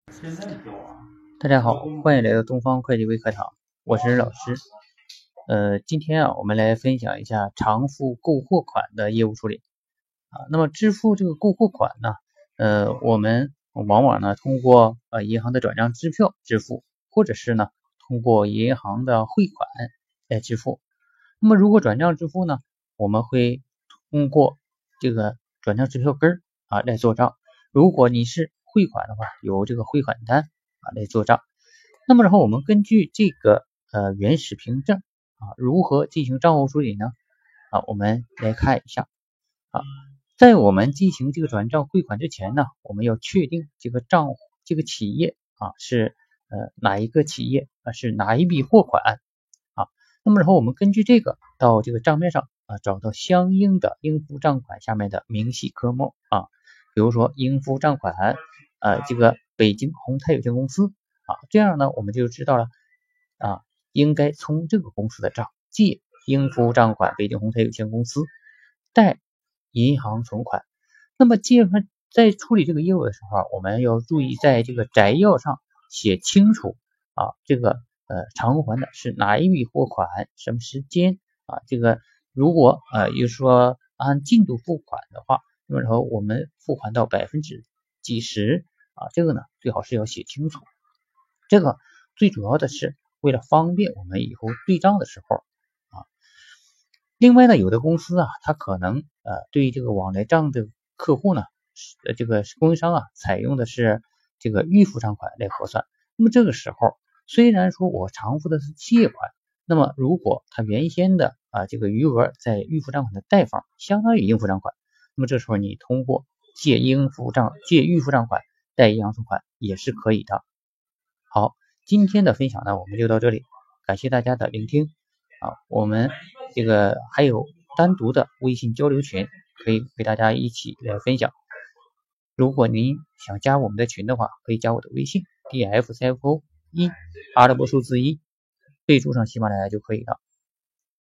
大家好，欢迎来到东方会计微课堂，我是老师。今天我们来分享一下偿付购货款的业务处理。那么支付这个购货款呢，我们往往呢通过银行的转账支票支付，或者是呢通过银行的汇款来支付。那么如果转账支付呢，我们会通过这个转账支票根来做账。如果你是汇款的话，由这个汇款单来做账。那么然后我们根据这个原始凭证如何进行账户处理呢？我们来看一下在我们进行这个转账汇款之前呢，我们要确定这个账户这个企业是哪一个企业是哪一笔货款那么然后我们根据这个到这个账面上找到相应的应付账款下面的明细科目比如说应付账款这个北京宏泰有限公司这样呢我们就知道了应该从这个公司的账借应付账款北京宏泰有限公司，贷银行存款。那么在处理这个业务的时候我们要注意在这个摘要上写清楚这个偿还的是哪一笔货款，什么时间这个如果也就是说按进度付款的话，那么然后我们付款到几十这个呢最好是要写清楚。这个最主要的是为了方便我们以后对账的时候另外呢，有的公司它可能对于这个往来账的客户呢，这个供应商采用的是这个预付账款来核算。那么这个时候虽然说我偿付的是借款，那么如果它原先的这个余额在预付账款的贷方相当于应付账款，那么这时候你通过借预付账款贷银行存款也是可以的。好，今天的分享呢我们就到这里，感谢大家的聆听我们这个还有单独的微信交流群可以给大家一起来分享。如果您想加我们的群的话，可以加我的微信 DFCFO1 阿拉伯数字1，备注上喜马拉雅就可以了。